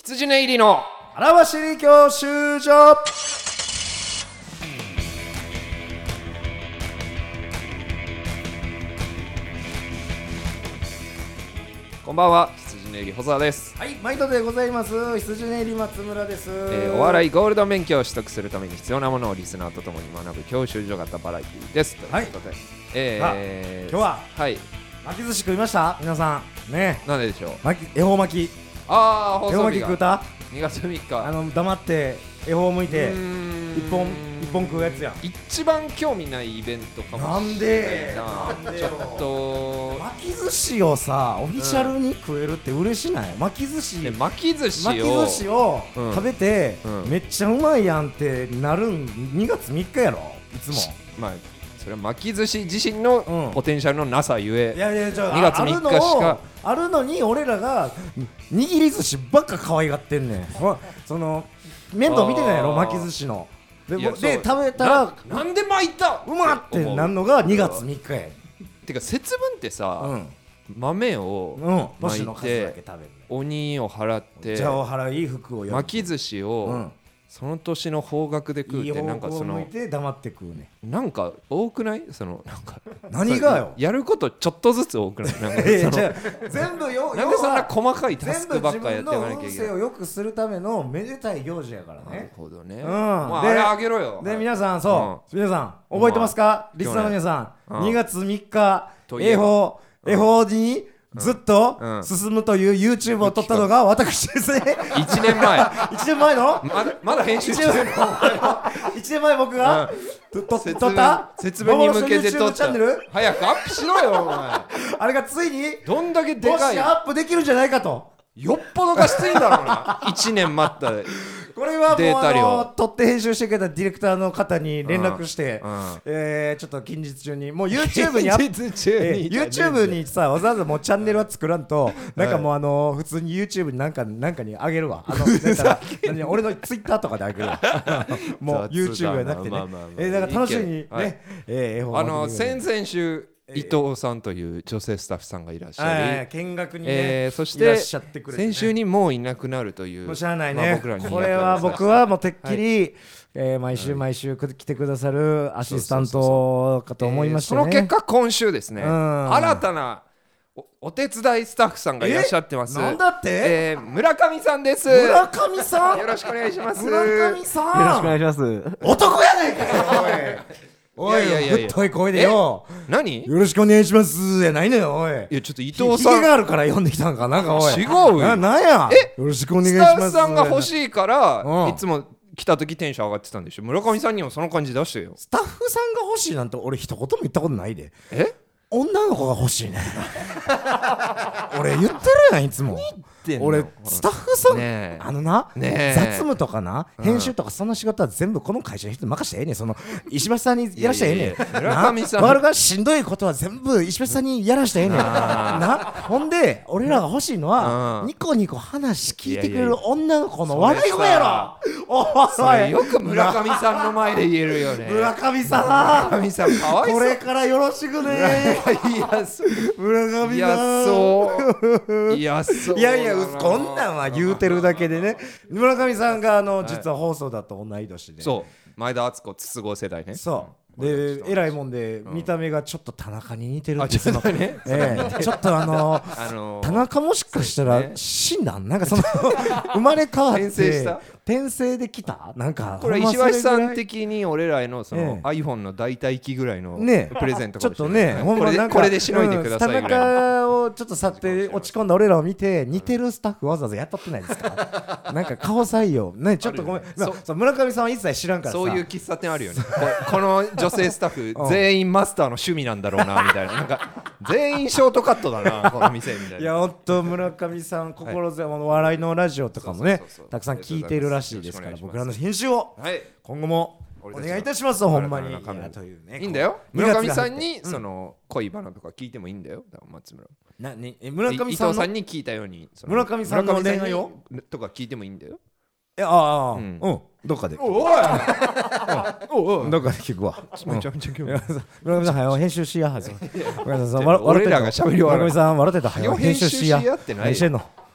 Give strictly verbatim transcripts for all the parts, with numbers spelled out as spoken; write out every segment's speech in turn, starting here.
羊ね入りの荒走り教習所。 こんばんは、羊ね入り細田です。 はい、毎度でございます。羊ね入り松村です、 えー、お笑いゴールド免許を取得するために必要なものをリスナーとともに学ぶ教習所型バラエティです。 はい、 ということで、えー、 今日ははい巻き寿司食いました皆さんね。 なんででしょう。 巻き恵方巻き。 ああ、放恵方送日が巻き食うた。 にがつみっか。 あの黙って恵方向いて一本一本食うやつやん。 一番興味ないイベントかもしれないな。ちょっと巻き寿司をさオフィシャルに食えるって嬉しない？巻き寿司、 巻き寿司を巻き寿司を食べて、 うんうん、 めっちゃうまいやんってなるんにがつみっかやろいつも。 まあそれは巻き寿司自身のポテンシャルのなさゆえ、 うん、いやいやじゃあにがつみっかしかあるのに俺らが握り寿司ばっか可愛がってんねん。その面倒見てないやろ巻き寿司の。で, で食べたらな, なんで巻いたうまってなんのがにがつみっかや。 てか節分ってさ、うん、豆を巻いて、うん、鬼を払ってじゃあお払い服を巻き寿司を、うん、その年の方角で食うって、なんかそのいい方向を向いて黙って食うね。 なんか多くない？そのなんか何がよ。 やることちょっとずつ多くない？なんかその全部よなんでそんな細かいタスクばっかやっていかなきゃいけない。 全部自分の運勢を良くするためのめでたい行事やからね。 なるほどね。 うん。 まあ、あれあげろよ。 で皆さんそう、うん、皆さん覚えてますか？リスナーの皆さん、うん、にがつみっか恵方恵方にずっと進むという YouTube を撮ったのが私ですね。 いちねんまえいちねんまえのまだまだ編集中のいちねんまえ僕が撮った節分に向けて撮った。 チャンネル早くアップしろよお前。 あれがついにどんだけでかいもしアップできるんじゃないかと。 よっぽどがきついんだろうな。いちねん待ったこれはもうあの撮って編集してくれたディレクターの方に連絡して、うんうん、えー、ちょっと近日中にもう YouTube にアップえー、YouTube にさわざわざもうチャンネルは作らんと、なんかもうあの普通に YouTube になんかなんかにあげるわ。あのだから俺の Twitter とかであげるわ。もう YouTube じゃなくてね、まあまあまあ、えー、だから楽しみにね、はい、えー、 あの先々週伊藤さんという女性スタッフさんがいらっしゃり、 見学にね、 えー、そして先週にもういなくなるという、 もうしゃあないね、まあ、僕らにこれは僕はもうてっきり、はい、えー、毎週毎週来てくださるアシスタントかと思いましたね。 その結果今週ですね、うん、新たな お, お手伝いスタッフさんがいらっしゃってます。 なんだって、 えー、村上さんです。 村上さんよろしくお願いします。 村上さんよろしくお願いします。 男やないかよおい。おい、ぶっとい声でよ。 何？ よろしくお願いしますやないのよおい。いやちょっと伊藤さんひげがあるから呼んできたんかなんかおい。 違うよ。 な、なんや。 え？ よろしくお願いします。 スタッフさんが欲しいから、うん、いつも来た時テンション上がってたんでしょ。村上さんにもその感じ出してよ。 スタッフさんが欲しいなんて俺一言も言ったことないで。 え？ 女の子が欲しいね。俺言ってるやんいつも。俺スタッフさん、ね、あのな、ね、雑務とかな、うん、編集とかその仕事は全部この会社の人に任せてええねん。その石橋さんにやらしてええねん。 村上さん我がしんどいことは全部石橋さんにやらしてええねんな。ほんで俺らが欲しいのは、うん、ニコニコ話聞いてくれる女の子の笑い声やろ。おそれよく村上さんの前で言えるよね。 村上さん村上さんかわいそう。 これからよろしくね。 いやそう村上さんいやそういやそういやいやこんなんは言うてるだけでね。村上さんがあの実は放送だと同い年で、 そう前田敦子筒香世代ね。 そうでえらいもんで見た目がちょっと田中に似てるんですよ。 ちょっとね、 ええ、ちょっとあのーあのー、田中もしかしたら死んだんなんかその生まれ変わって転生した転生できたなんかこれ石橋さん的に俺らへのその、ええ、iPhone の代替機ぐらいのプレゼントかもしれない、ね、 ちょっとねほんまなんかこれでしのいでくださいぐらいの、うん、 田中をちょっと去って落ち込んだ俺らを見て似てるスタッフわざわざ雇ってないですか？なんか顔採用ねちょっとごめん、まあ、そう村上さんは一切知らんからさそういう喫茶店あるよねこ, この女性スタッフ全員マスターの趣味なんだろうなみたいななんか全員ショートカットだなこの店みたいな。 いやほんと村上さん心強い、はい、笑いのラジオとかもねたくさん聞いているらしいですから僕らの編集を今後もお願いいたします。ほんまにいいんだよ村上さんにその恋バナとか聞いてもいいんだよ。松村なに村上さんの伊藤さんに聞いたように村上さんの恋愛をとか聞いてもいいんだよ。 いやああうんどっかでおいおいどっかで聞くわ。 めちゃめちゃ興味ある。 村上さんはよ編集しやはず。 俺らが喋り終わる。 村上さん笑ってたはよ編集しや。 って何してんの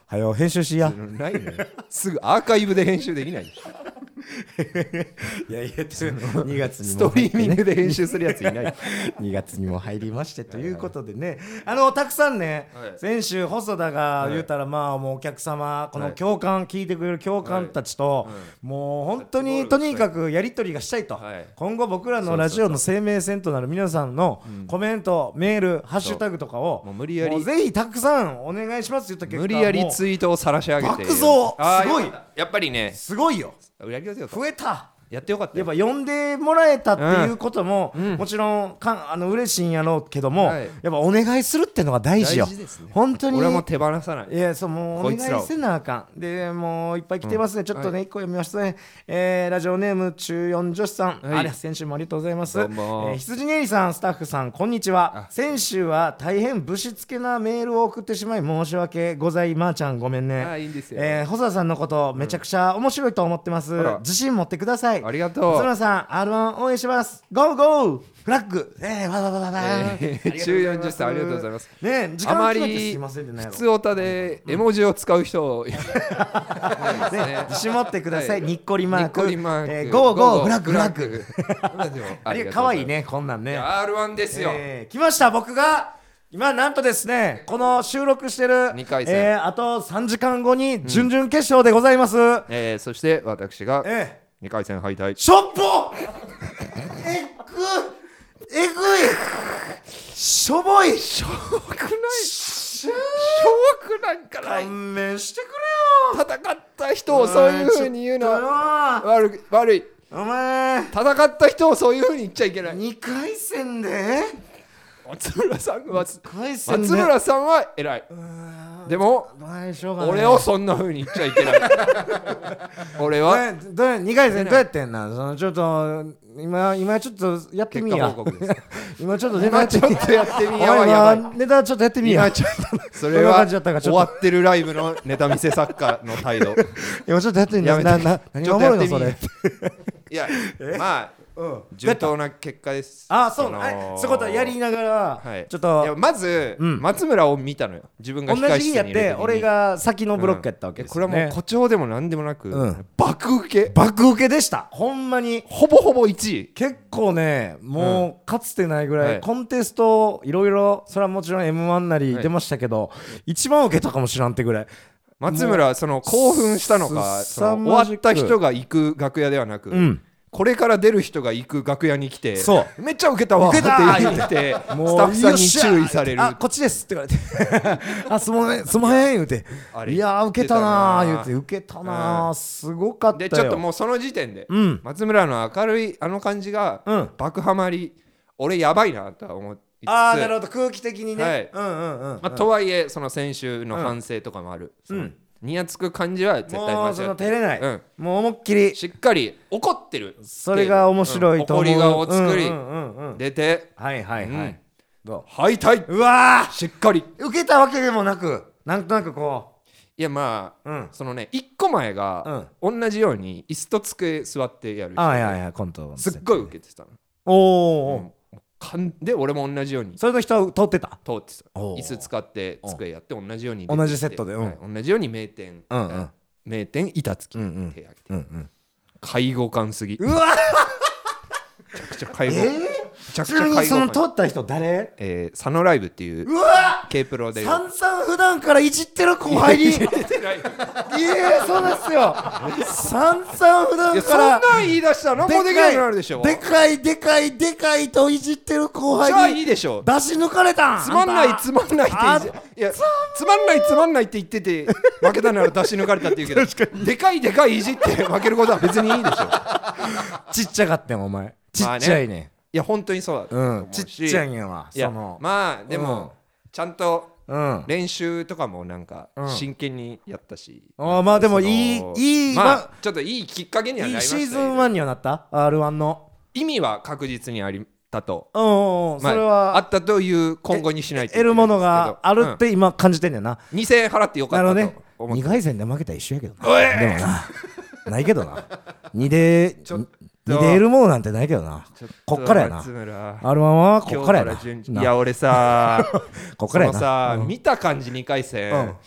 はよ編集しやないねすぐアーカイブで編集できないでしょいやいやにがつにもストリーミングで編集するやついないにがつにも入りましてということでね、あのたくさんね、はい、先週細田が言うたら、はい、まあもうお客様この共感、はい、聞いてくれる共感たちと、はい、もう本当にとにかくやり取りがしたいと、はい、今後僕らのラジオの生命線となる皆さんのコメント、うん、メールハッシュタグとかをもう無理やりもうぜひたくさんお願いしますって言った結果無理やりツイートを晒し上げて爆増すごいやっぱりねすごいよ増えたやってよかったやっぱ呼んでもらえたっていうことも、うん、もちろんかあの嬉しいんやろうけども、はい、やっぱお願いするってのが大事よ。 大事ですね、 本当に俺はもう手放さない。 いやそうもうお願いせなあかんでもういっぱい来てますね、うん、ちょっとね一、はい、個読みますね、えー、ラジオネーム中よん女子さん、はい、あれ先週もありがとうございます。えー、羊ねりさんスタッフさんこんにちは。先週は大変ぶしつけなメールを送ってしまい申し訳ございまーちゃんごめんね。 あいいんですよ、 えー、細田さんのことめちゃくちゃ面白いと思ってます、うん、自信持ってください。 ありがとうさん アールワン 応援しますゴーゴーフラッグえーわわわわわ中よんじゅっさいありがとうございますね。時間決めてすいませんね。 普通オタで絵文字を使う人ね自信持ってください、はい、にっこりマークにっこりマーク、 えー、ゴーゴーフラッグフラッグあれかわいいねこんなんね。 アールワン ですよ、 えー、来ました。僕が今なんとですねこの収録してるにかい戦、 えー、あとさんじかんごに準々決勝でございます、うん、 えー、そして私が、えーにかい戦敗退。 しょっぽえぐえぐいしょぼいしょくないしょくないから勘弁してくれよ。 戦った人をそういう風に言うのは悪い悪い。 お前戦った人をそういう風に言っちゃいけない。 にかい戦で松村さんは松村さんは偉い。でも俺をそんな風に言っちゃいけない俺はにかい戦どうやってんな。そのちょっと今今ちょっとやってみや今ちょっとネタちょっとやってみやネタちょっとやってみやそれは終わってるライブのネタ見せ作家の態度今ちょっとやってみや何がおもろいのそれいやまあうん、順当な結果です。 あ、そうなの。そういうことやりながら、はい、ちょっとまず、うん、松村を見たのよ。自分が控室にいる時に同じ日やって俺が先のブロックやったわけですよね、 うん、これはもう誇張でもなんでもなく、うん、爆受け爆受けでした。ほんまにほぼほぼいちい。 結構ねもう、うん、かつてないぐらい、はい、コンテストいろいろそれはもちろん エムワン なり出ましたけど、はい、一番受けたかもしらんってぐらい。 松村はその興奮したのかその終わった人が行く楽屋ではなく、うんこれから出る人が行く楽屋に来てそうめっちゃウケたわって言ってスタッフさんに注意される。 あこっちですって言われてあすまへんすまへん言うていやウケたな言うてウケたな、うん、すごかったよ。 でちょっともうその時点で、うん、松村の明るいあの感じが、うん、爆ハマり俺やばいなとは思ってああなるほど空気的にね、はいうんうんうんうんまあ、とはいえその先週の反省とかもある、うんうんにやつく感じは絶対間違ってもうその照れない、うん、もう思いっきりしっかり怒ってるそれが面白いと思う、 うん、怒り顔を作り、うんうんうんうん、出てはいはいはい、うん、 どう敗退うわしっかり受けたわけでもなくなんとなくこういやまあ、うん、そのねいっこまえが、うん、同じように椅子と机座ってやる人、 あはいはいはいコントすっごい受けてたの。 おお、うんで俺も同じようにそれの人は通ってた通ってた椅子使って机やって同じように同じセットで、うんはい、同じように名店、うんうん、名店板付き、うんうん、手挙げて、うんうん、介護官すぎうわめちゃくちゃ介護、えー、めちゃくちゃ介護官その通った人誰、 えー、佐野ライブっていう K プロでさんさん普段からいじってる後輩にいやそうですよさんさん普段からそんなん言い出したら何もできなくなるでしょ。 でかいでかいでかいといじってる後輩にじゃあいいでしょ出し抜かれたんつまんないつまんないっていやつまんないつまんないって言ってて負けたなら出し抜かれたって言うけどでかいでかいいじって負けることは別にいいでしょちっちゃかったよお前ちっちゃいね、まあねいや本当にそうだと思うし、 うん、ちっちゃいんやわいやそのまあでも、うん、ちゃんと練習とかもなんか真剣にやったし、 うん、あまあでもいいいい、 まあ、ちょっといいきっかけにはなりましたよ。 いいシーズンワンにはなった アールワン の意味は確実にありたと、 うんうん、 まあ、 それはあったという今後にしないといけない得るものがあるって今感じてんねんな、 うん、にせんえん払ってよかったと思って、ね、 にかい戦で負けたら一緒やけどなでもなないけどなにでにで得るものなんてないけどなこっからやな アールワン はこっからやないや俺さこっからやなそのさ、うん、見た感じにかい戦、うん、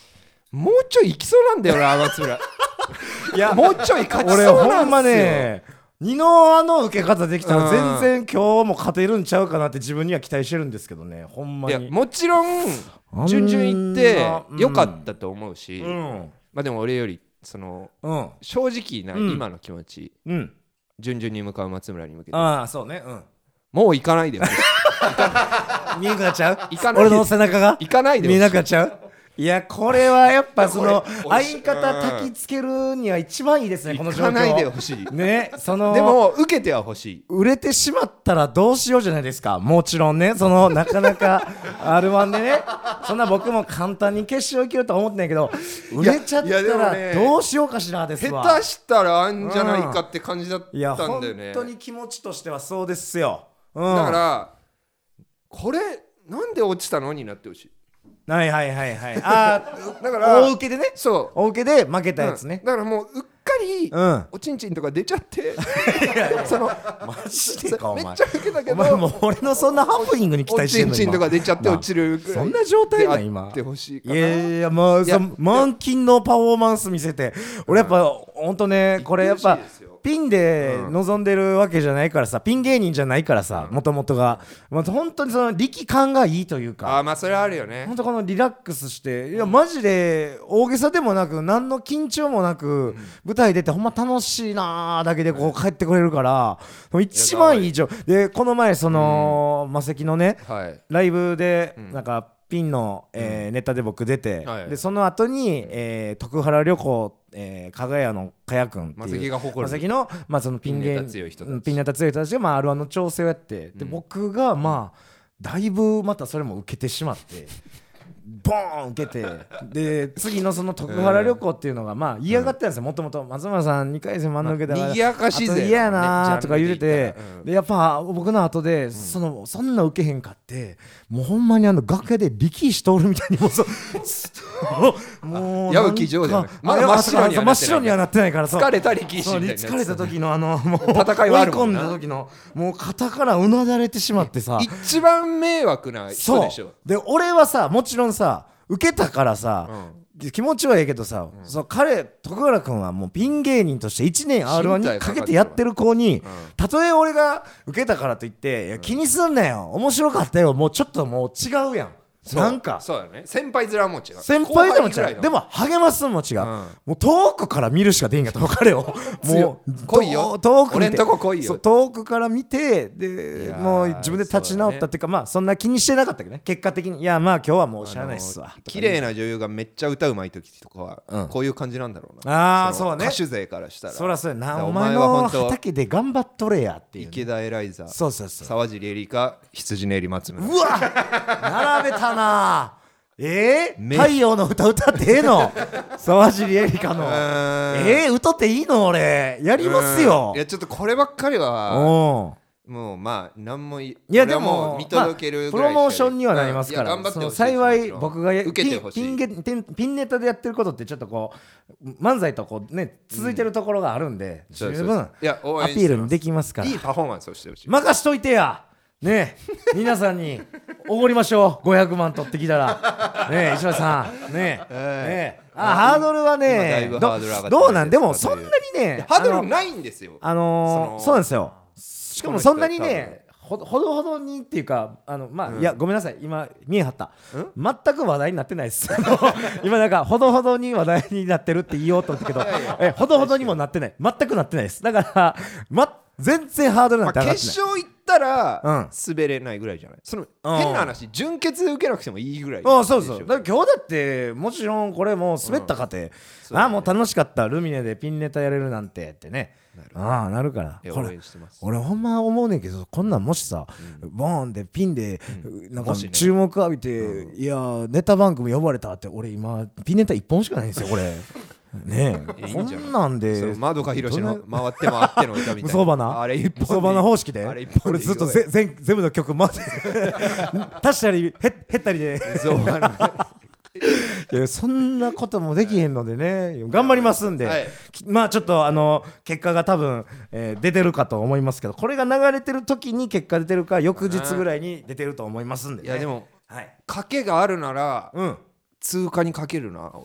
もうちょいいきそうなんだよな松村いやもうちょい勝ちそうなんですよ。 俺ほんまね二のあの受け方できたら全然今日も勝てるんちゃうかなって自分には期待してるんですけどねほんまに。 いやもちろん順々いってよかったと思うし、うん、まあでも俺よりその、うん、正直な今の気持ち、うん、順々に向かう松村に向けてああそうね、うん、 もう行かないで見えなくなっちゃう俺の背中が行かないで見えなくなっちゃう。いやこれはやっぱその相方焚きつけるには一番いいですねこの状況。 行かないでほしいねそのでも受けてはほしい。 売れてしまったらどうしようじゃないですか。もちろんねそのなかなか アールワン でねそんな僕も簡単に決勝行けるとは思ってないけど売れちゃったらどうしようかしらですわ。 下手したらあんじゃないかって感じだったんだよね、 うん、いや本当に気持ちとしてはそうですよ、 うん、だからこれなんで落ちたのになってほしい。 はいはいはいはいあだから大受けでねそう大受けで負けたやつね、 うん、だからもううっかり、うん、おちんちんとか出ちゃってそのマジでかお前めっちゃ受けたけどお前もう俺のそんなハプニングに期待してんのおちんちんとか出ちゃって落ちるぐらいそんな状態な今ってほしいかな。 いやいやもう満勤のパフォーマンス見せて俺やっぱほんとねこれやっぱピンで望んでるわけじゃないからさ、ピン芸人じゃないからさもともとが本当にその力感がいいというかあまあそれはあるよね。 本当このリラックスしていやマジで大げさでもなく何の緊張もなく舞台出てほんま楽しいなだけでこう帰ってくれるから一番いい状でこの前そのマセキのねライブでなんかピンの、えーうん、ネタで僕出て、はい、でその後に、えー、徳原旅行、えー、かがやのかやくんっていうマセキが誇るマセキの、まあ、そのピン芸人ピンネタ強い人たちが、まあ、アールワン の調整をやってで、うん、僕がまあだいぶまたそれも受けてしまってボーン受けてで次のその徳原旅行っていうのがまあ嫌がってたんですよもともと松村さんにかい戦真ん中でにぎやかしぜ嫌やなとか言うててでやっぱ僕の後でそのそんな受けへんかってもうほんまにあの楽屋で力士通るみたいにもうそもう矢吹城じゃないまだ真っ白にはなってないから疲れた力士みたいな疲れた時のあのもう戦いはあるもんな追い込んだ時のもう肩からうなだれてしまってさ一番迷惑な人でしょ。 で俺はさもちろんさ受けたからさ、うん、気持ちはいいけどさ、うん、そう彼徳原君はもうピン芸人としていちねん アールワン にかけてやってる子に、うん、たとえ俺が受けたからといって、うん、いや気にすんなよ面白かったよもうちょっともう違うやんなんかそうだね先輩面も違う先輩でも違うでも励ますのも違う、うん、もう遠くから見るしかできんかった彼をもう来いよ遠く見て俺んとこ来いよ遠くから見てでもう自分で立ち直ったっていうかまあそんな気にしてなかったけどね結果的にいやまあ今日はもうしゃあないっすわ綺麗な女優がめっちゃ歌うまい時とかは、うん、こういう感じなんだろうなああそうね歌手勢からしたらそりゃそうやなお前の畑で頑張っとれやっていう、ね、 池田エライザそうそうそう沢尻エリカ羊ねり松村うわ並べたなえー、太陽の歌歌ってええの沢尻エリカのえー、歌っていいの俺やりますよ。 いやちょっとこればっかりはもうまあ何もいやでも見届けるぐらい、まあ、プロモーションにはなりますから、 うん、頑張ってほしい幸い僕が受けてほしいピン, ピ, ンピ, ンピンネタでやってることってちょっとこう漫才とこうね続いてるところがあるんで、うん、十分アピールにできますからいいパフォーマンスをしてほしい。 任しといてやねえ皆さんにおごりましょうごひゃくまん取ってきたらねえ石橋さんねえ、えー、あハードルはねど, どうなんでもそんなにねハードルないんですよ。 あのー、そ, そうなんですよ。しかもそんなにねほどほどにっていうかあのまあ、うん、いやごめんなさい今見えはった全く話題になってないです今なんかほどほどに話題になってるって言おうと思ったけどえほどほどにもなってない全くなってないですだから、ま、全然ハードルなんて上がってない、まあ、 決勝行ったら、うん、滑れないぐらいじゃないその、うん、変な話純潔で受けなくてもいいぐらいあそうそうだから今日だってもちろんこれもう滑ったかて、うん、あもう楽しかったルミネでピンネタやれるなんてってねああなるから応援してます。 俺ほんま思うねんけどこんなんもしさ、うん、ボーンでピンで、うん、なんか注目浴びて、うん、いやネタ番組呼ばれたって俺今ピンネタいっぽんしかないんですよこれねえこんなんで窓か広しの回って回っての歌みたいな嘘花あれ一本嘘花方式で俺ずっとぜ全全部の曲回って足したり減ったりで嘘花いやそんなこともできへんのでね頑張りますんで、はい、まあちょっとあの結果が多分、えー、出てるかと思いますけどこれが流れてる時に結果出てるか翌日ぐらいに出てると思いますんで、ね、 いやでも、はい、賭けがあるなら、うん、通過にかけるな俺は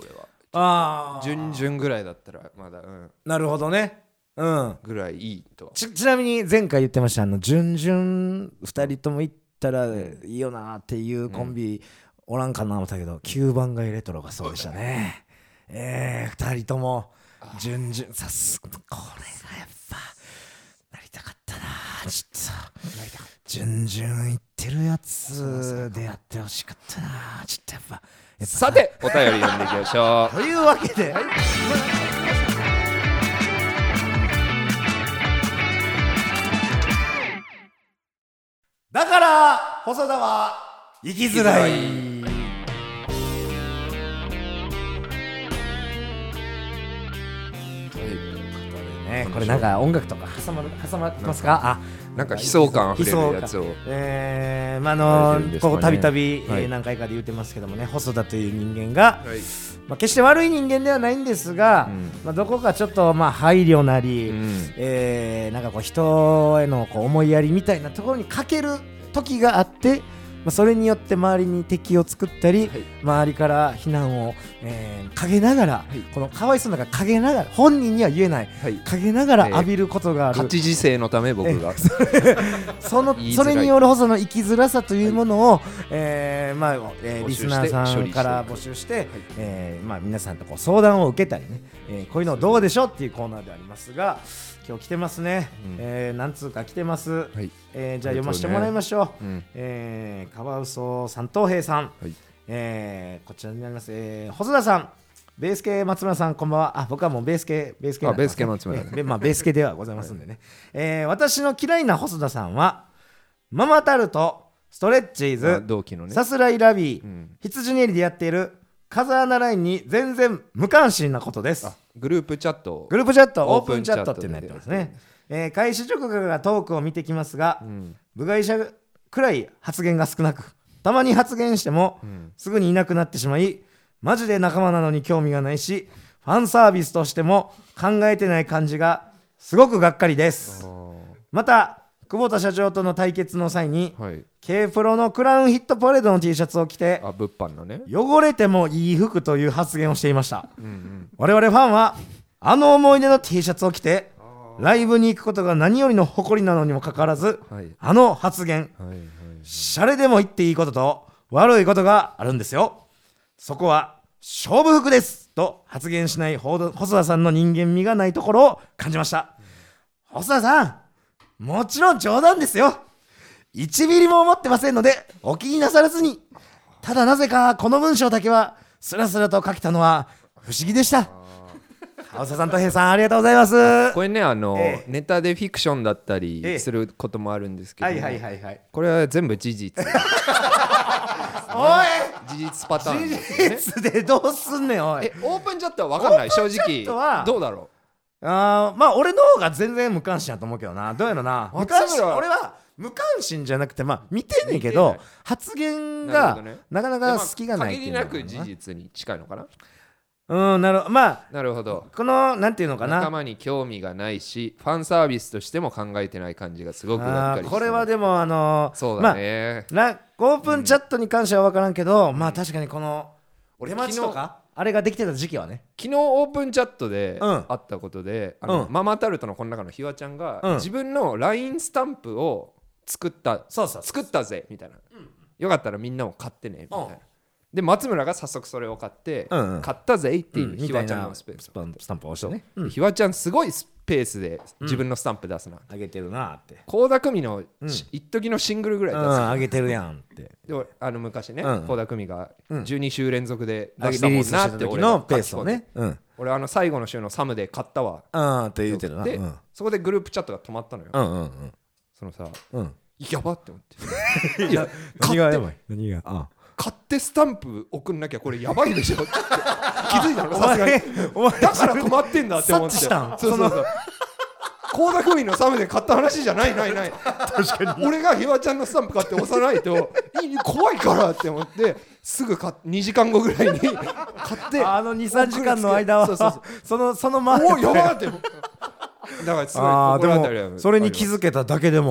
あ準々ぐらいだったらまだ、うん、 なるほどね、うん、 ぐらいいいと。 ち, ちなみに前回言ってましたあの準々ふたりとも行ったらいいよなっていうコンビおらんかな思ったけど、うん、きゅうばん街レトロがそうでしたね。えー、ふたりとも準々さすこれがやっぱなりたかったな。ちょっと準々行ってるやつでやってほしかったな。ちょっとやっぱさてお便り読んでいきましょうというわけで、はい、だから細田は生きづらい。ね、これなんか音楽とか挟まる挟まってますか？あ、 なんか悲壮感あふれるやつを、 えー、まああのここたびたび何回かで言ってますけどもね、細田という人間が、はい、まあ、決して悪い人間ではないんですが、うん、まあ、どこかちょっとまあ配慮なり、うん、えー、なんかこう人へのこう思いやりみたいなところに欠ける時があって、まあ、それによって周りに敵を作ったり、はい、周りから非難を、えー、陰ながら、はい、このかわいそうながら陰ながら本人には言えない、はい、陰ながら浴びることがある、 えー、勝ち姿勢のため僕がそのそれによる細の生きづらさというものを、はい、えーまあえー、リスナーさんから募集して、はい、えーまあ、皆さんとこう相談を受けたりね、えー、こういうのどうでしょうっていうコーナーでありますが、今日来てますね、うん、えー、何通か来てます、はい、えー、じゃあ読ませてもらいましょう、ね、うん、えー、カワウソ三等兵さん、はい、えー、こちらになります、えー、細田さん、ベース系松村さん、こんばんは。あ、僕はもうベース系ベース系、ね、 あ、ベース系松村、 えーまあ、ベース系ではございますんでね、はい、えー、私の嫌いな細田さんはママタルト、ストレッチーズ、 同期のね、 さすらいラビー、うん、羊ネイリでやっている風穴ラインに全然無関心なことです。 グループチャット、 グループチャット、オープンチャットってなってますね。えー、開始直後からトークを見てきますが、うん、部外者くらい発言が少なく、たまに発言しても、うん、すぐにいなくなってしまい、マジで仲間なのに興味がないし、ファンサービスとしても考えてない感じがすごくがっかりです。また久保田社長との対決の際に、はい、K プロのクラウンヒットパレードの T シャツを着て、 あ、物販のね、 汚れてもいい服という発言をしていました。うん、うん、我々ファンはあの思い出の T シャツを着てライブに行くことが何よりの誇りなのにもかかわらず、はい、あの発言、はいはいはい、シャレでも言っていいことと悪いことがあるんですよ。そこは勝負服ですと発言しない細田さんの人間味がないところを感じました。うん、細田さん、もちろん冗談ですよ。いちミリも思ってませんのでお気になさらずに。ただなぜかこの文章だけはスラスラと書けたのは不思議でした。細田さんと平さん、ありがとうございます。 これね、あの、ええ、ネタでフィクションだったりすることもあるんですけど、ね、ええ、はいはいはいはい、これは全部事実おい、事実パターンですね。 事実でどうすんねんおい。 え、オープンチャットは分かんない。正直どうだろう。あ、まあ俺の方が全然無関心だと思うけどな。どうやろな、無関心。俺は無関心じゃなくて、まあ見てんねんけど発言が な,、ね、なかなか好きがないっていうのかな。 限りなく事実に近いのかな。 うん、なるほど。まあなるほど。 このなんていうのかな、 仲間に興味がないし、ファンサービスとしても考えてない感じがすごくがっかりして。 これはでもあのー、 そうだね、 まあ、オープンチャットに関しては分からんけど、うん、まあ確かにこの出待ちとかあれができてた時期はね、 昨日オープンチャットであったことで、うん、あの、うん、ママタルトのこの中のひわちゃんが、うん、自分の ライン スタンプを作った、そうそう作ったぜみたいな、うん、よかったらみんなも買ってねみたいな、うん、で松村が早速それを買って、うんうん、買ったぜっていうひわちゃんのスペース、 スタンプを押してね、うん、 ひわちゃんすごいスペースで自分のスタンプ出すな、 うん、あげてるなって倖田來未の、うん、一時のシングルぐらい出す、うん、 あげてるやんってであの昔ね、倖、うん、田來未がじゅうに週連続で出したもんなって俺のペースをね、うん、 俺あの最後の週のサムで買ったわって言ってるな、 で、うん、そこでグループチャットが止まったのよ、うんうんうん、そのさ、うん、やばって思っていや何がやばい何があ買ってスタンプ送んなきゃこれやばいでしょって気づいたのさすがにだから止まってんだって思って、そうそうそう倖田來未のサムで買った話じゃないないない確かに俺がひわちゃんのスタンプ買って押さないと怖いからって思ってすぐ買にじかんごぐらいに買ってあの にさんじかんの間はそうそうそうそのその前おやばってだからすごい心当たりある。 それに気づけただけでも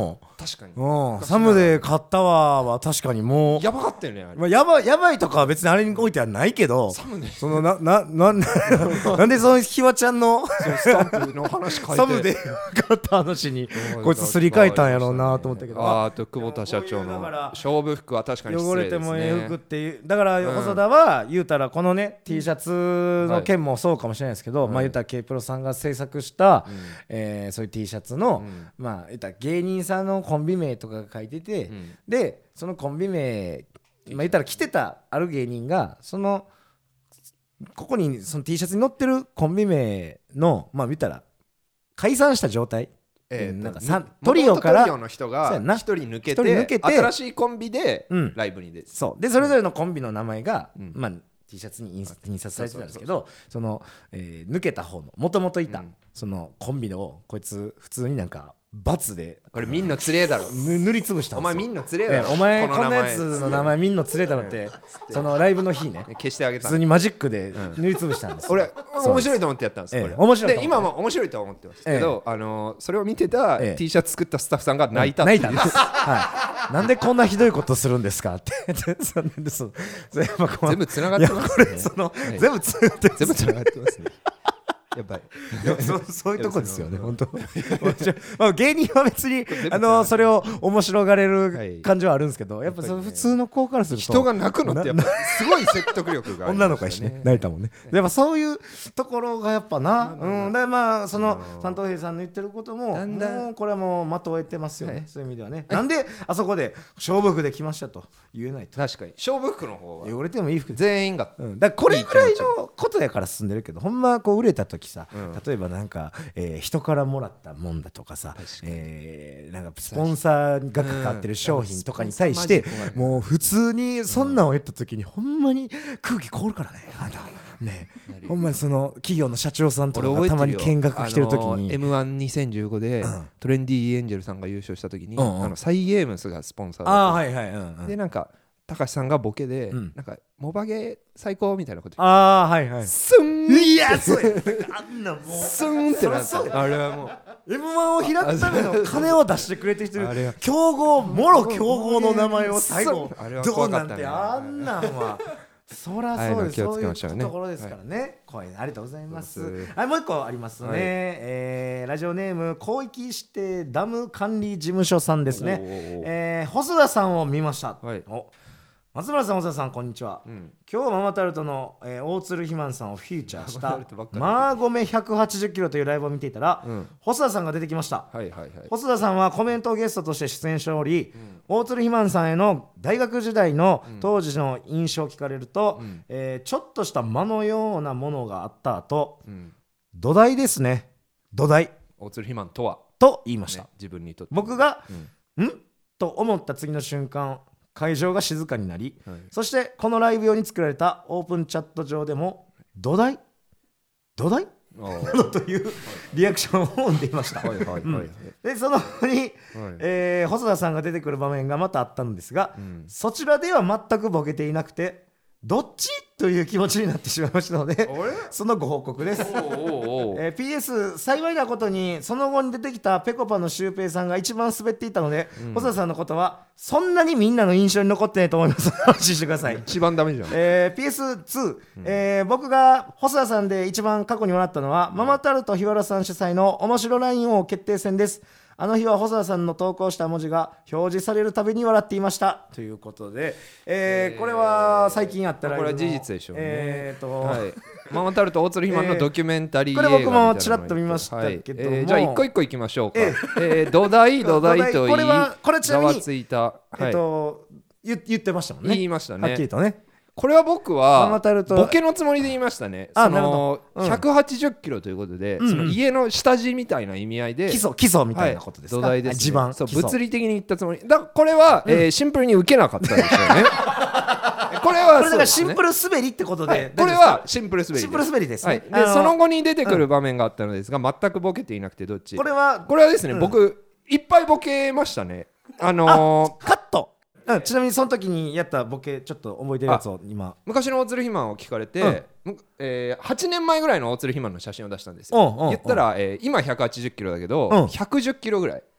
確かに、 うん、サムで買ったわは確かにもうやばかったよねあれ、 まあ、やばやばいとかは別にあれにおいてはないけど、 サムでそのななななんでそのひわちゃんのスタンプの話変えてサムで買った話にこいつすり替えたんやろうなと思ったけど、 あーと久保田社長の勝負服は確かに失汚礼ですね。 れてもええ服っていうだから細田は言うたらこのね T シャツの件もそうかもしれないですけど、まあ言うたら K プロさんが制作したえそういう T シャツのまあ言ったら芸人さんのコンビ名とかが書いてて、でそのコンビ名まあ言ったら着てたある芸人がそのここにその T シャツに載ってるコンビ名のまあ言ったら解散した状態、 えー、 なんかさトリオからトリオの人が一人抜けて抜けて新しいコンビでうんライブに出て、 そうでそれぞれのコンビの名前が、 うんまあ T シャツに印刷印刷されてたんですけど、その、えー抜けた方のもともといた、 うん、 そのコンビのこいつ普通になんか罰でこれみんなつれえだろぬ塗りつぶしたんですよ。 お前みんなつれえだろ、 えお前こんなの名前やつの名前みんなつれたのってそのライブの日ね消してあげた普通にマジックで塗りつぶしたんですよ、 俺面白いと思ってやったんです、 ええこれ面白いと思ってで今も面白いとは思ってますけど、 えあのーそれを見てたええ T シャツ作ったスタッフさんが泣いたっていう、 泣いたんです、はい、なんでこんなひどいことするんですかってそんでそそれやっぱこう全部つながってますね。 いやこれその、 はい全部つながってます全部つながってますね。やばい。 いやそそういうとこですよね本当まあ芸人は別にあのそれを面白がれる感じはあるんですけど、やっぱその普通の子からすると人が泣くのってやっぱすごい説得力がありますよね。 女の子やしね泣いたもんね。やっぱそういうところがやっぱな、うん、でまあその三等兵さんの言ってることもだんだんもうこれはもう的を得てますよね、 はいそういう意味ではね。なんであそこで勝負服で来ましたと言えないと。 確かに勝負服の方は汚れてもいい服で全員が、 うん、だからこれぐらいのことやから進んでるけど、ほんまこう売れた時さ、 うん例えばなんか、えー人からもらったもんだとかさ、えーなんかスポンサーがかかってる商品とかに対して、 うんもう普通にそんなんを言った時にほんまに空気凍るからね、あんたねほんまにその企業の社長さんとかがたまに見学来てる時にエムワンにせんじゅうご で、 うんトレンディエンジェルさんが優勝した時に、 うんうんあのサイ・ゲームスがスポンサーあだったあはいはい、うんうん、 でなんか高橋さんがボケで、 うんなんかモバゲ最高みたいなこと言ってああはいはいスンいやそうやあんなもうスンってなっそりゃそうたあれはもうエムワン を開くための金を出してくれてきてあれはる強豪もろ強豪の名前を最後あれはどうなん怖かったねてあんなんはそらそうです、 ああいうの気をそういうつけましょうねところですからね、これありがとうございますそうですはいもう一個ありますね、 はいえーラジオネーム広域指定ダム管理事務所さんですね、 おーおーえー細田さんを見ました、 はいお松村さん、細田さん、こんにちは。 うん今日はママタルトの、えー大鶴ひまんさんをフィーチャーしママタたルトばっかりマーゴメひゃくはちじゅっキロというライブを見ていたら、 うん細田さんが出てきました。 はいはいはい細田さんはコメントゲストとして出演しており、大鶴ひまんさんへの大学時代の当時の印象を聞かれると、 うんえーちょっとした間のようなものがあった後、 うん土台ですね、土台大鶴ひまんとは、 と言いました。 ね、自分にとって僕が、 うんんと思った次の瞬間、会場が静かになり、 はいそしてこのライブ用に作られたオープンチャット上でも土台土台あーなどというリアクションを生んでいました。 はいはいはいはいでその後に、えー細田さんが出てくる場面がまたあったのですが、 うんそちらでは全くボケていなくてどっちという気持ちになってしまいましたのであれそのご報告です。 おうおうおうえー ピーエス 幸いなことにその後に出てきたぺこぱのシュウペイさんが一番滑っていたので、 うん細田さんのことはそんなにみんなの印象に残ってないと思います安心してください。 一番ダメじゃんえー ピーエスツー、えー僕が細田さんで一番過去に笑ったのは、ママタルト日原さん主催の面白ライン王決定戦です。あの日は細田さんの投稿した文字が表示されるたびに笑っていましたということで、えーえーこれは最近あったライブのこれは事実でしょうねえーとはい、ママタルト大鶴ひまんのドキュメンタリー映こ画みたいなのがれ僕もちらっと見ましたけどもはいえーじゃあ一個一個いきましょうか、 ええー土台土台といいこれはこれちなみにざわついた、はいえっと言言ってましたもんね。 言いましたはっきりねとね。 これは僕ママはタルトボケのつもりで言いましたね。 あそなるほのどうんひゃくはちじゅっキロということで、 うんうんその家の下地みたいな意味合いで基礎基礎みたいなことですか。 はい、土台です、ね、 地盤そう基礎物理的に言ったつもりだからこれは、えーシンプルに受けなかったんですよねこれはこれだからシンルプル滑りってことで、 はい、これはシンプル滑りですシンプル滑りですね。 はい、であのその後に出てくる場面があったのですが、全くボケていなくてどっちこれはこれはですね、 うん僕いっぱいボケましたねあのーカット。うんちなみにその時にやったボケちょっと覚えてるやつを今。 昔の大鶴ひまんを聞かれて、むえーはちねんまえぐらいの大鶴ひまんの写真を出したんですよ。 うんうんうん言ったら、えー今ひゃくはちじゅっキロだけど、 うんひゃくじゅっキロぐらい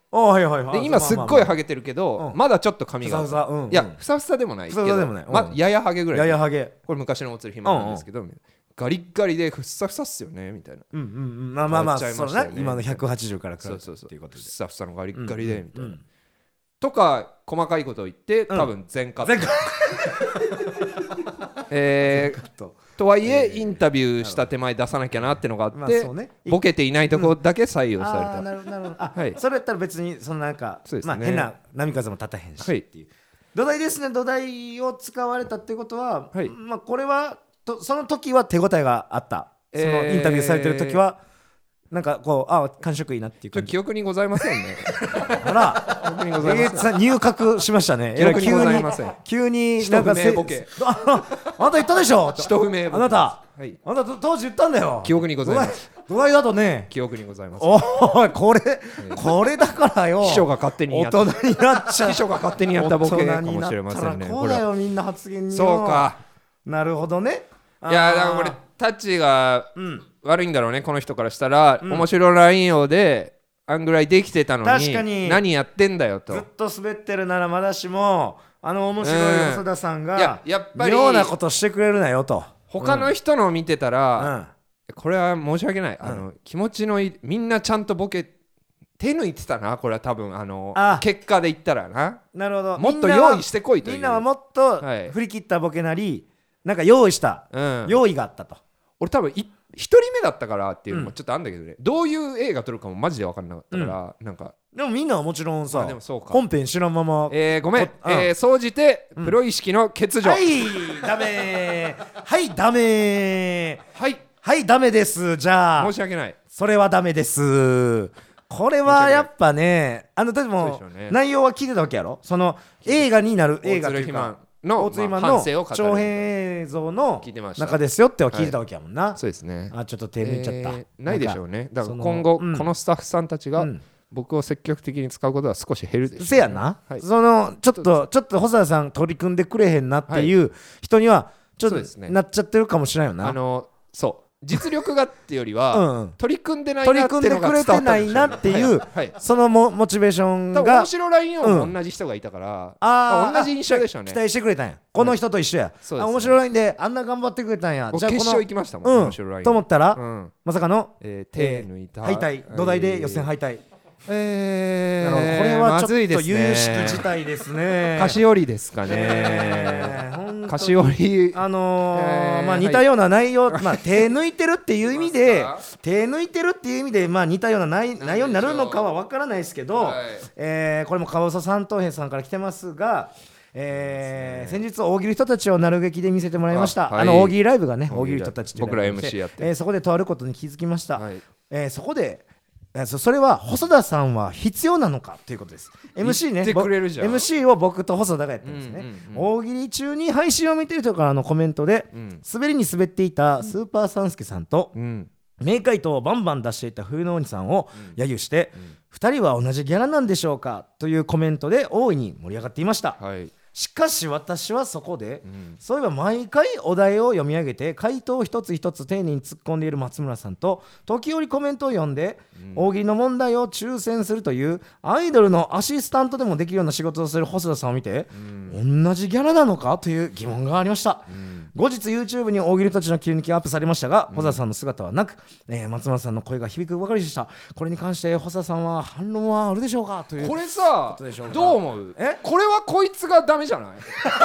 あはいはいはい。 で今すっごいハゲてるけど、まだちょっと髪がふさふさ、うんうん、 いやふさふさでもないけど、ふさふさでもない、うん、まややハゲぐらい。 ややハゲ。 これ昔のおつるひまなんですけど、うんうん、ガリッガリでふっさふさっすよねみたいな。 うんうんうん。まあまあまあ、そうね。今のひゃくはちじゅうから比べてっていうことで。 ふっさふさのガリッガリでみたいな。とか細かいことを言って多分全カット。全カット。えーとはいえインタビューした手前出さなきゃなってのがあってボケていないところだけ採用された。 なるほどなるほど。あ、それやったら別にそのなんかまあ変な波風も立たへんしっていう。土台ですね。土台を使われたってことはまあこれはその時は手応えがあった。そのインタビューされてる時はなんかこうあ感触いいなっていう感じ。 記憶にございませんね。 ほら記憶にございません。入閣しましたね。 記憶にございません。 急になんか一不明ボケ。 あなた言ったでしょ。 一不明ボケ。 あなたあなた当時言ったんだよ。 記憶にございます。 土台だとね。 記憶にございます。 おいこれこれだからよ。 秘書が勝手にやった大人になっちゃう。 秘書が勝手にやったボケかもしれませんね。 こうだよみんな発言に。 そうか。 なるほどね。 いやだからこれタッチが悪いんだろうねこの人からしたら。面白ライン王であんぐらいできてたのに何やってんだよと。 ずっと滑ってるならまだしもあの面白い細田さんが妙なことしてくれるなよと。 他の人の見てたらこれは申し訳ない。あの気持ちのいいみんなちゃんとボケ手抜いてたな。これは多分あの結果で言ったらな。なるほど。もっと用意してこいという。 みんなはもっと振り切ったボケなりなんか用意した用意があったと。 俺多分一人目だったからっていうのもちょっとあるんだけどね、うん、どういう映画撮るかもマジで分かんなかったから、うん、なんかでもみんなはもちろんさ本編知らんままえー、ごめんえー、総じてプロ意識の欠如、 うん、はいダメはいダメはいはいダメです。じゃあ申し訳ない。 それはダメです。これはやっぱねあのでも内容は聞いてたわけやろ。その映画になる映画っていうかの大津今の長編映像の中ですよっては聞いてたわけやもんな。 そうですね。 あちょっと手抜いちゃった、 えー、ないでしょうね。だから今後、うん、このスタッフさんたちが僕を積極的に使うことは少し減るでしょう、ね、 せやな、はい、そのちょっとちょっと細田さん取り組んでくれへんなっていう人にはちょっと、ね、なっちゃってるかもしれないよな。 あのそう実力がっていうよりは、うん、取り組んでないなっていうのが伝わったんでしょうね。取り組んでくれてないなっていう、はいはい、そのモモチベーションが面白ラインを同じ人がいたから、うん、あ同じ印象でしょうね。 期待してくれたんやこの人と一緒や、はい、あ面白ラインであんな頑張ってくれたんや。 じゃあ決勝行きましたもん、うん、面白ラインと思ったら、うん、まさかの、 えー、手抜いた、 えー、敗退土台で予選敗退。 えー、 これはちょっと有識事態ですね。 菓子折りですかね。菓子折りあのーえー、まあ似たような内容、まあ手抜いてるっていう意味で手抜いてるっていう意味でまあ似たような内容になるのかは分からないですけど、はい、えー、これもカワウソ三等兵さんから来てますが。えー、先日大喜利人たちをなる劇で見せてもらいました。 あ,、はい、あの大喜利ライブがね大喜利人たちって僕ら エムシー やって、 えー、そこでとあることに気づきました、はい、えー、そこでそれは細田さんは必要なのかということです。 エムシー ね エムシー を僕と細田がやってるんですね、うんうんうん、大喜利中に配信を見てる人からのコメントで、うん、滑りに滑っていたスーパーサンスケさんと、うん、名回答をバンバン出していた冬の鬼さんを揶揄して、うんうん、ふたりは同じギャラなんでしょうかというコメントで大いに盛り上がっていました、はい。しかし私はそこで、うん、そういえば毎回お題を読み上げて回答を一つ一つ丁寧に突っ込んでいる松村さんと時折コメントを読んで、うん、大喜利の問題を抽選するというアイドルのアシスタントでもできるような仕事をする細田さんを見て、うん、同じギャラなのかという疑問がありました、うん、後日 YouTube に大喜利たちの切り抜きがアップされましたが、うん、細田さんの姿はなく、えー、松村さんの声が響くばかりでした。これに関して細田さんは反論はあるでしょうかという。 これさどう思う？えこれはこいつがダメじゃない？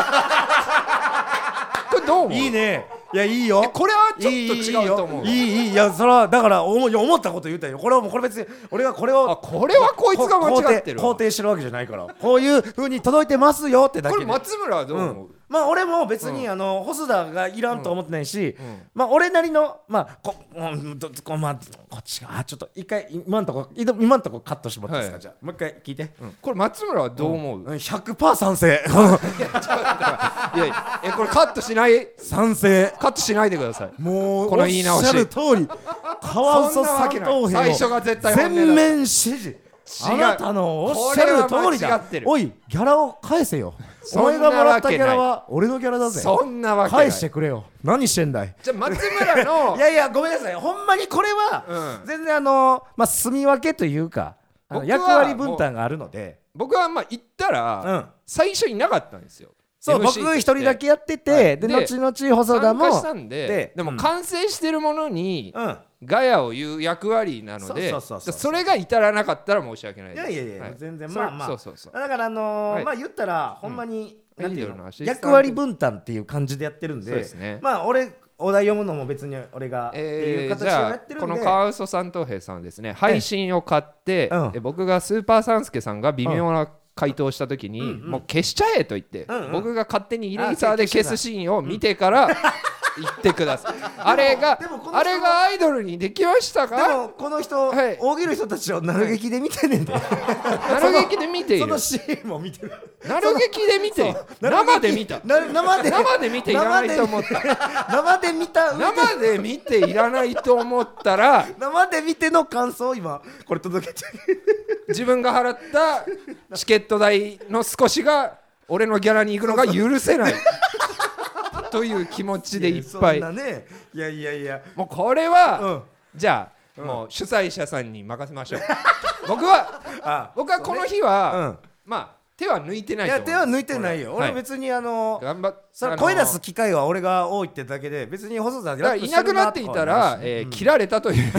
これどう思う？ いいね。いやいいよ。 これはちょっと違うと思う。 いいいいいいいやそれはだから思思ったこと言ったよ。これはもうこれ別に俺はこれをあこれはこいつが間違ってる肯定してるわけじゃないからこういう風に届いてますよってだけで。 これ松村はどう思う？うん、 まあ俺も別に、うん、あの細田がいらんと思ってないし、うんうん、まあ俺なりのまあこうんどこまあこっちがあちょっと一回今のとこ今のとこカットしてもらっていいですか、はい、じゃあもう一回聞いて、 うん、これ松村はどう思う？ うん、ひゃくパーセント 賛成。 いやいやえこれカットしない賛成カットしないでください。 もうこの言い直しおっしゃる通りカワウソ三等兵の全面支持。あなたのおっしゃる通りだ。おいギャラを返せよ。お前がもらったギャラは俺のギャラだぜ。 そんなわけない。 返してくれよ。何してんだい。 じゃあ松村のいやいやごめんなさいほんまにこれは、うん、全然あのまあ住み分けというか役割分担があるので、 僕はまあ行ったら、うん、最初いなかったんですよ。 そう僕一人だけやってて、はい、で後々細田も参加したんで、で, でも完成してるものに、うん、ガヤを言う役割なので、それが至らなかったら申し訳ないです。 いやいやいや、はい、全然まあまあそうそうそう、 だからあのーはい、まあ言ったらほんまに、うん、なんていうの役割分担っていう感じでやってるんで、そうですね、まあ俺お題読むのも別に俺がっていう形をやってるんで、 このカワウソ三等兵さんはですね、配信を買って、うん、で僕がスーパーサンスケさんが微妙な、うん回答した時に、うんうん、もう消しちゃえと言って、うんうん、僕が勝手にイレイサーで消すシーンを見てから言ってください。あれがあれがアイドルにできましたか。 でもこの人、はい、大喜利の人たちをなる劇で見てねんで、はい、 なる劇で見ているそのシーンも見てる。 なる劇で見て生で見た生で生で見ていらないと思った生で見た生で見ていらないと思ったら生で見ての感想を今これ届けて自分が払ったチケット代の少しが俺のギャラに行くのが許せないという気持ちでいっぱい。 そんなね、いやいやいや、 もうこれは、うん、じゃあ、うん、もう主催者さんに任せましょう僕はあ僕はこの日は、うん、まあ手は抜いてないと思う。 いや手は抜いてないよ。俺別にあの頑張っそれ声出す機会は俺が多いってだけで、別に細田がいなくなっていたら、えーうん、切られたという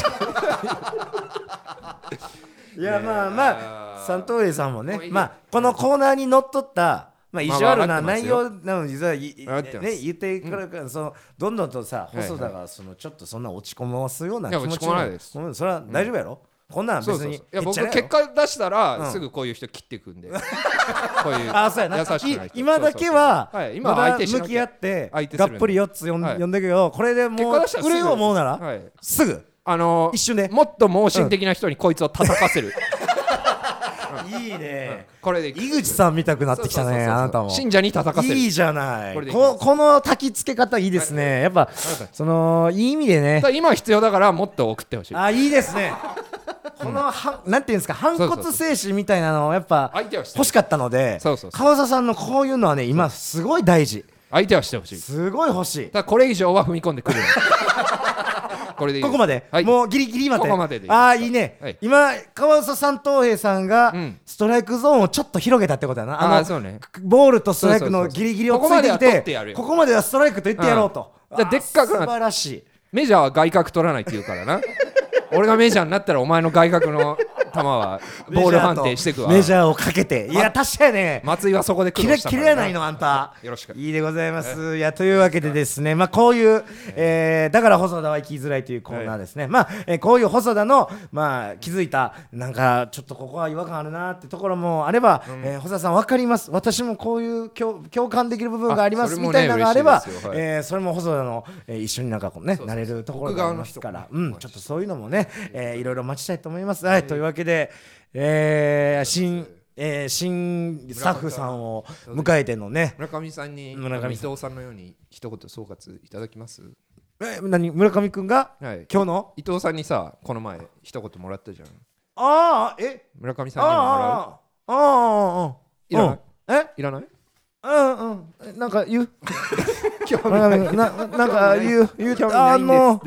いやまあまあ三等兵さんもね、まあこのコーナーにのっとったまあ意地悪な内容なのにさ、ね、言ってからから、そのどんどんとさ細田がそのちょっこんな落ち込ますような気持ちも、それは大丈夫やろ。こんなん別に、そうそうそう、いや僕結果出したら、うん、すぐこういう人切っていくんでこういうあそうやな優しくない人今だけはまだ向き合ってがっぷりよっつ呼んでけど、これでもう売れよう思うなら、はい、すぐあのー、 一瞬でもっと盲信的な人にこいつを叩かせる、 うん、いいね、 うん、これで井口さん見たくなってきたね。あなたも信者に叩かせる。 いいじゃない。 こ, こ, この焚き付け方いいですね。やっぱそのいい意味でね、 今必要だからもっと送ってほしい。 あいいですねこのはなんていうんですか、反骨精神みたいなのをやっぱ欲しかったので、川佐さんのこういうのはね今すごい大事。 相手はしてほしい。 すごい欲しい。 だこれ以上は踏み込んでくるこれでいい。 ここまで、はい、もうギリギリまで。 ここまででいい。 ああいいね、はい、今川佐三等兵さんがストライクゾーンをちょっと広げたってことだな。あのあそう、ね、ボールとストライクのギリギリをついてきて、ここまではストライクと言ってやろうと、 うん、じゃでっかくな素晴らしい。 メジャーは外角取らないって言うからな俺がメジャーになったらお前の外角の球はボール判定してくわ。 メジャーをかけて、いや確かにね、 松井はそこで苦労したからな。 切れないのあんた。 よろしく。 いいでございます。いやというわけでですね、まあこういう、えー、だから細田は生きづらいというコーナーですね。まあ、えー、こういう細田のまあ気づいたなんかちょっとここは違和感あるなってところもあれば、うん、えー、細田さんわかります。私もこういう共共感できる部分がありますみたいなのがあれば、はい、えー、それも細田の、えー、一緒になんかこうねなれるところがありますから、うん、ちょっとそういうのもね、えー、いろいろ待ちたいと思います。はい、というわけで、えー、新、えー、新スタッフさんを迎えてのね、 村上さんに村上伊藤さんのように一言総括いただきます。 え何村上くんが、はい、今日の伊藤さんにさこの前一言もらったじゃん。 ああえ村上さんにももらう。ああああいらない、 うん、えいらない。 うんうんなんか言う興味ないななんか言う言う興味ないんですって。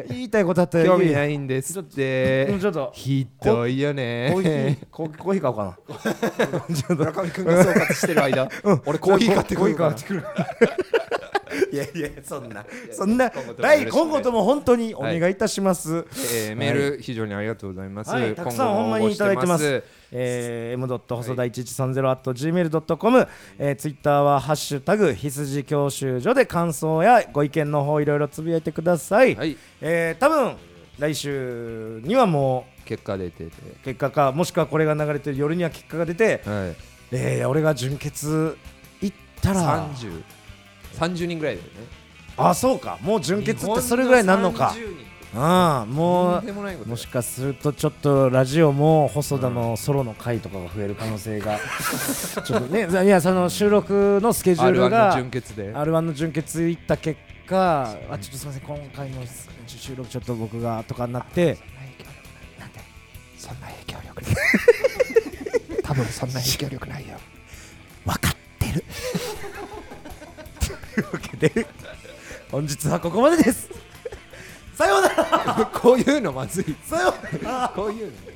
言いたいことあったら興味ないんですって。 ちょっとひどいよね。 コーヒーコーヒー買おうかな。 村上くんが総括してる間、うん、俺コーヒー買ってくるから。 いやいやそんなそんな大今後とも本当にお願いいたします。はい、 えー、メール非常にありがとうございます。はい、 たくさんほんまにいただいてます。えー、エム 細田いちいちさんゼロ アット ジーメール ドット コム、えー、ツイッターはハッシュタグ羊教習所で感想やご意見の方いろいろつぶやいてください。はい、えー、多分来週にはもう結果出てて結果かもしくはこれが流れてる夜には結果が出て、はい、えー、俺が準決行ったらさんじゅうさんじゅうにんぐらいだよね。 あそうかもう準決ってそれぐらいなんのか。ああもうもしかするとちょっとラジオも細田のソロの回とかが増える可能性がちょっとねいやその収録のスケジュールが アールワン の準決で アールワン の準決いった結果、あちょっとすみません今回の収録ちょっと僕がとかになってなんでそんな影響力ない多分そんな影響力ないよ分かってるというわけで本日はここまでです。さようなら。 こういうのまずい。 さようなら。 こういうの